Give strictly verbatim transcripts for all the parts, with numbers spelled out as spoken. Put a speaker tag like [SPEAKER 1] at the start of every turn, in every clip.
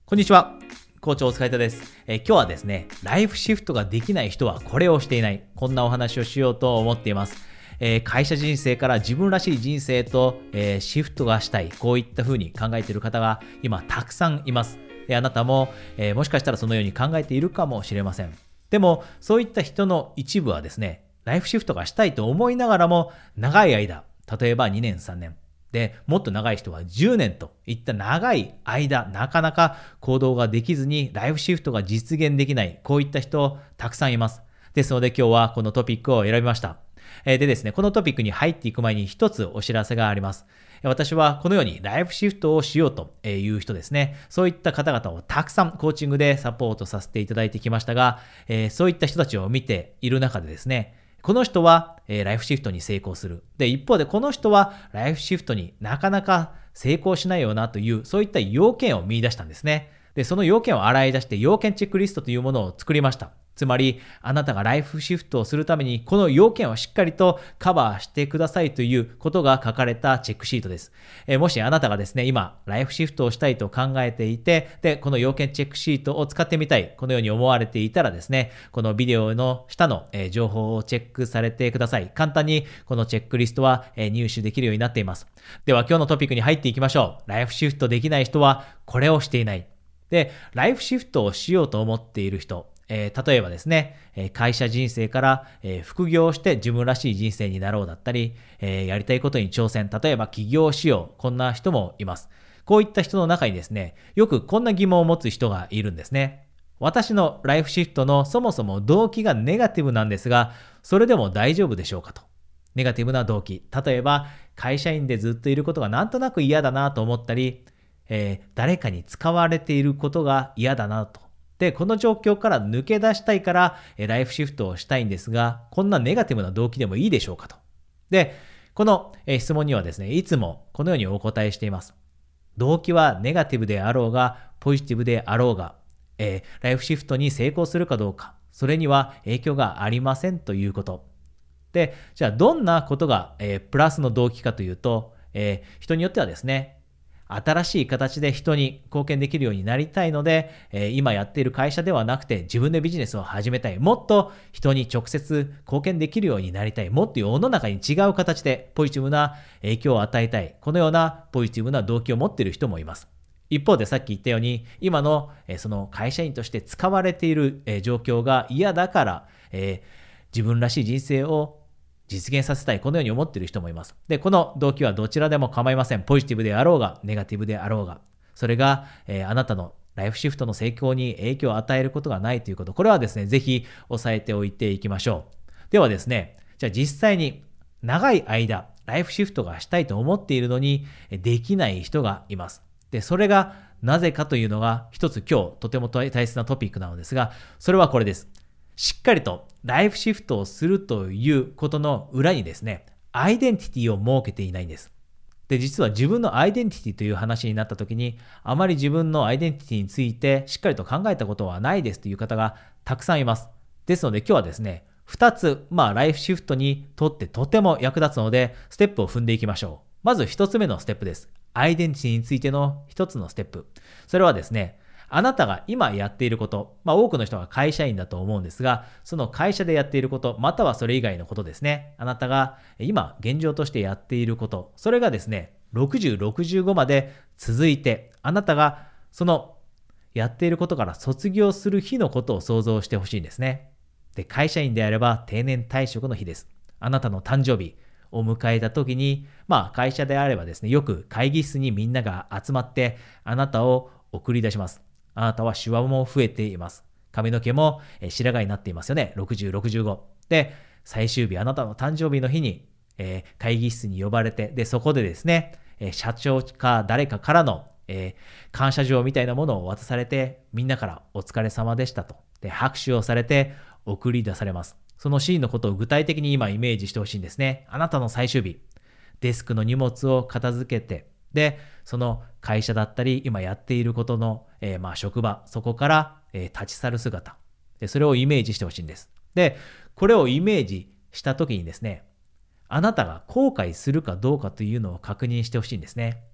[SPEAKER 1] こんにちは。校長お疲れ様です。えー今日はですね、ライフシフトができない人はこれをしていない。こんなお話をしようと思っています。えー会社人生から自分らしい人生と、えーシフトがしたい。こういった風に考えている方が今たくさんいます。であなたも、えーもしかしたらそのように考えているかもしれません。でも、そういった人の一部はですね、ライフシフトがしたいと思いながらも、長い間、例えばにねん、さんねん、で、もっと長い人はじゅうねんといった長い間、なかなか行動ができずにライフシフトが実現できない、こういった人たくさんいます。ですので今日はこのトピックを選びました。えーでですね、このトピックに入っていく前に一つお知らせがあります。私はこのようにライフシフトをしようという人ですね、そういった方々をたくさんコーチングでサポートさせていただいてきましたが、えーそういった人たちを見ている中でですね、この人は、えーライフシフトに成功する。で、一方でこの人はライフシフトになかなか成功しないよなという、そういった要件を見出したんですね。で、その要件を洗い出して要件チェックリストというものを作りました。つまり、あなたがライフシフトをするために、この要件をしっかりとカバーしてくださいということが書かれたチェックシートです。えーもしあなたがですね、今、ライフシフトをしたいと考えていて、で、この要件チェックシートを使ってみたい、このように思われていたらですね、このビデオの下の、えー情報をチェックされてください。簡単にこのチェックリストは、えー入手できるようになっています。では、今日のトピックに入っていきましょう。ライフシフトできない人は、これをしていない。で、ライフシフトをしようと思っている人、えー例えばですね、えー会社人生から、えー副業をして自分らしい人生になろうだったり、えーやりたいことに挑戦、例えば起業しよう、こんな人もいます。こういった人の中にですね、よくこんな疑問を持つ人がいるんですね。私のライフシフトのそもそも動機がネガティブなんですが、それでも大丈夫でしょうかと。ネガティブな動機。例えば、会社員でずっといることがなんとなく嫌だなと思ったり、えー誰かに使われていることが嫌だなと。で、この状況から抜け出したいから、えーライフシフトをしたいんですが、こんなネガティブな動機でもいいでしょうかと。で、この、えー質問にはですね、いつもこのようにお答えしています。動機はネガティブであろうが、ポジティブであろうが、えーライフシフトに成功するかどうか、それには影響がありませんということ。で、じゃあどんなことが、えープラスの動機かというと、えー人によってはですね、新しい形で人に貢献できるようになりたいので、えー今やっている会社ではなくて自分でビジネスを始めたい。もっと人に直接貢献できるようになりたい。もっと世の中に違う形でポジティブな影響を与えたい。このようなポジティブな動機を持っている人もいます。一方でさっき言ったように、今の、えーその会社員として使われている、えー状況が嫌だから、えー自分らしい人生を実現させたい、このように思っている人もいます。で、この動機はどちらでも構いません。ポジティブであろうが、ネガティブであろうが。それが、えーあなたのライフシフトの成功に影響を与えることがないということ。これはですね、ぜひ押さえておいていきましょう。ではですね、じゃあ実際に長い間、ライフシフトがしたいと思っているのに、えできない人がいます。で、それがなぜかというのが、一つ今日とても大切なトピックなのですが、それはこれです。しっかりとライフシフトをするということの裏にですね、アイデンティティを設けていないんです。で、実は自分のアイデンティティという話になった時に、あまり自分のアイデンティティについてしっかりと考えたことはないですという方がたくさんいます。ですので今日はですね、ふたつ、まあライフシフトにとってとても役立つので、ステップを踏んでいきましょう。まずひとつめのステップです。アイデンティティについてのひとつのステップ。それはですね、あなたが今やっていること、まあ多くの人が会社員だと思うんですが、その会社でやっていること、またはそれ以外のことですね。あなたが今現状としてやっていること、それがですね、ろくじゅう、ろくじゅうごまで続いて、あなたがそのやっていることから卒業する日のことを想像してほしいんですね。で、会社員であれば定年退職の日です。あなたの誕生日を迎えた時に、まあ会社であればですね、よく会議室にみんなが集まってあなたを送り出します。あなたはシワも増えています。髪の毛もえー白髪になっていますよね。ろくじゅう、ろくじゅうご。で、最終日、あなたの誕生日の日に、えー会議室に呼ばれて、で、そこでですね、えー社長か誰かからの、えー感謝状みたいなものを渡されて、みんなからお疲れ様でしたと。で、拍手をされて送り出されます。そのシーンのことを具体的に今イメージしてほしいんですね。あなたの最終日、デスクの荷物を片付けて、で、その会社だったり、今やっていることの、えーまあ職場、そこから、えー立ち去る姿。で、それをイメージしてほしいんです。で、これをイメージしたときにですね、あなたが後悔するかどうかというのを確認してほしいんですね。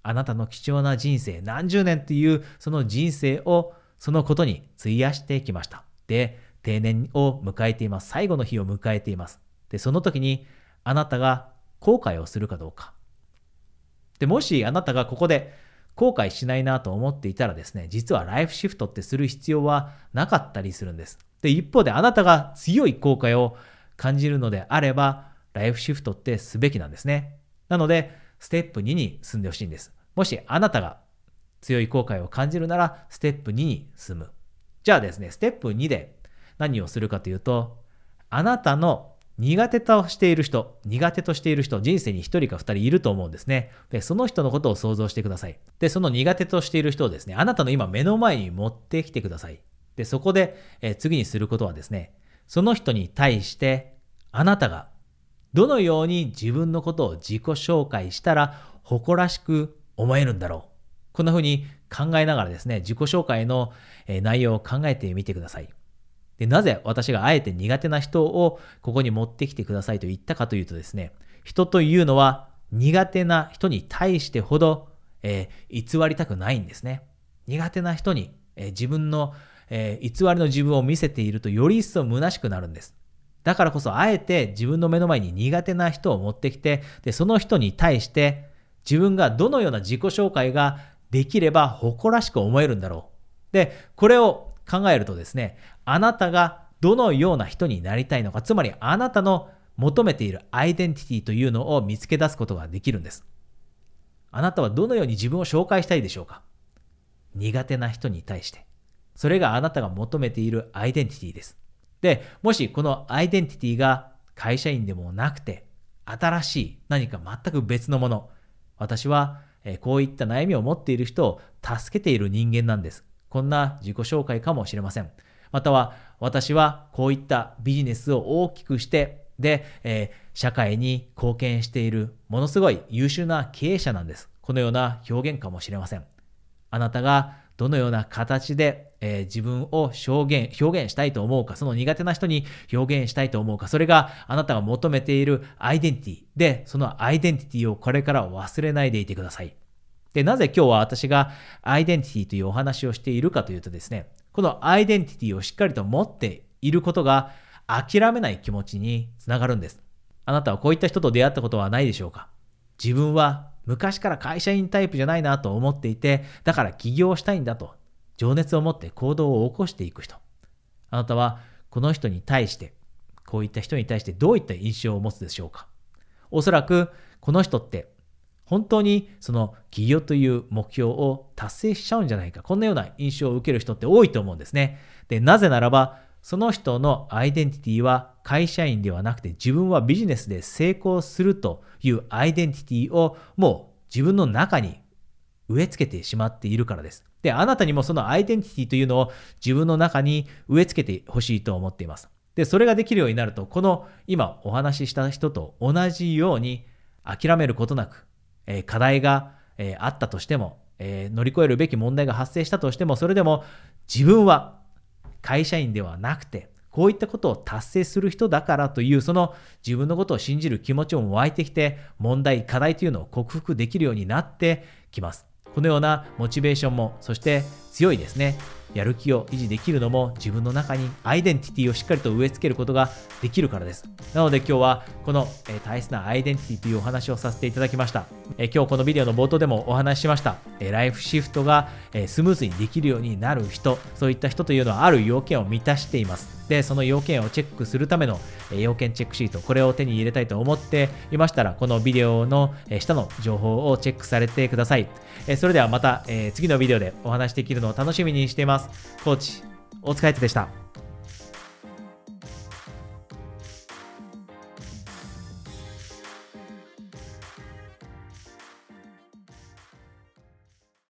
[SPEAKER 1] あなたの貴重な人生、何十年というその人生をそのことに費やしてきました。で、定年を迎えています。最後の日を迎えています。で、その時にあなたが後悔をするかどうか。で、もしあなたがここで後悔しないなと思っていたらですね、実はライフシフトってする必要はなかったりするんです。で、一方であなたが強い後悔を感じるのであれば、ライフシフトってすべきなんですね。なので、ステップにに進んでほしいんです。もしあなたが強い後悔を感じるなら、ステップにに進む。じゃあですね、ステップにで何をするかというと、あなたの苦手としている人、苦手としている人、人生に一人か二人いると思うんですね。で、その人のことを想像してください。で、その苦手としている人をですね、あなたの今目の前に持ってきてください。で、そこで、えー次にすることはですね、その人に対してあなたがどのように自分のことを自己紹介したら誇らしく思えるんだろう。こんな風に考えながらですね、自己紹介のえー内容を考えてみてください。で、なぜ私があえて苦手な人をここに持ってきてくださいと言ったかというとですね、人というのは苦手な人に対してほど、えー偽りたくないんですね。苦手な人に、えー自分の、えー偽りの自分を見せているとより一層虚しくなるんです。だからこそあえて自分の目の前に苦手な人を持ってきて、で、その人に対して自分がどのような自己紹介ができれば誇らしく思えるんだろう。で、これを考えるとですね、あなたがどのような人になりたいのか、つまりあなたの求めているアイデンティティというのを見つけ出すことができるんです。あなたはどのように自分を紹介したいでしょうか？苦手な人に対して。それがあなたが求めているアイデンティティです。で、もしこのアイデンティティが会社員でもなくて、新しい何か全く別のもの、私はえーこういった悩みを持っている人を助けている人間なんです。こんな自己紹介かもしれません。または、私はこういったビジネスを大きくして、で、えー社会に貢献しているものすごい優秀な経営者なんです。このような表現かもしれません。あなたがどのような形で、えー自分を表現、表現したいと思うか、その苦手な人に表現したいと思うか、それがあなたが求めているアイデンティティで、そのアイデンティティをこれから忘れないでいてください。で、なぜ今日は私がアイデンティティというお話をしているかというとですね、このアイデンティティをしっかりと持っていることが諦めない気持ちにつながるんです。あなたはこういった人と出会ったことはないでしょうか？自分は昔から会社員タイプじゃないなと思っていて、だから起業したいんだと情熱を持って行動を起こしていく人。あなたはこの人に対して、こういった人に対してどういった印象を持つでしょうか？おそらくこの人って本当にその起業という目標を達成しちゃうんじゃないか。こんなような印象を受ける人って多いと思うんですね。で、なぜならば、その人のアイデンティティは会社員ではなくて自分はビジネスで成功するというアイデンティティをもう自分の中に植え付けてしまっているからです。で、あなたにもそのアイデンティティというのを自分の中に植え付けてほしいと思っています。で、それができるようになると、この今お話しした人と同じように諦めることなく、えー課題が、えーあったとしても、えー乗り越えるべき問題が発生したとしても、それでも自分は会社員ではなくて、こういったことを達成する人だからという、その自分のことを信じる気持ちも湧いてきて、問題、課題というのを克服できるようになってきます。このようなモチベーションも、そして強いですね、やる気を維持できるのも自分の中にアイデンティティをしっかりと植え付けることができるからです。なので今日はこの、えー大切なアイデンティティというお話をさせていただきました。えー今日このビデオの冒頭でもお話ししました、えーライフシフトが、えースムーズにできるようになる人、そういった人というのはある要件を満たしています。で、その要件をチェックするための、えー要件チェックシート、これを手に入れたいと思っていましたら、このビデオの、えー下の情報をチェックされてください。えーそれではまた、えー次のビデオでお話しできるのを楽しみにしています。コーチ、大塚愛人でした。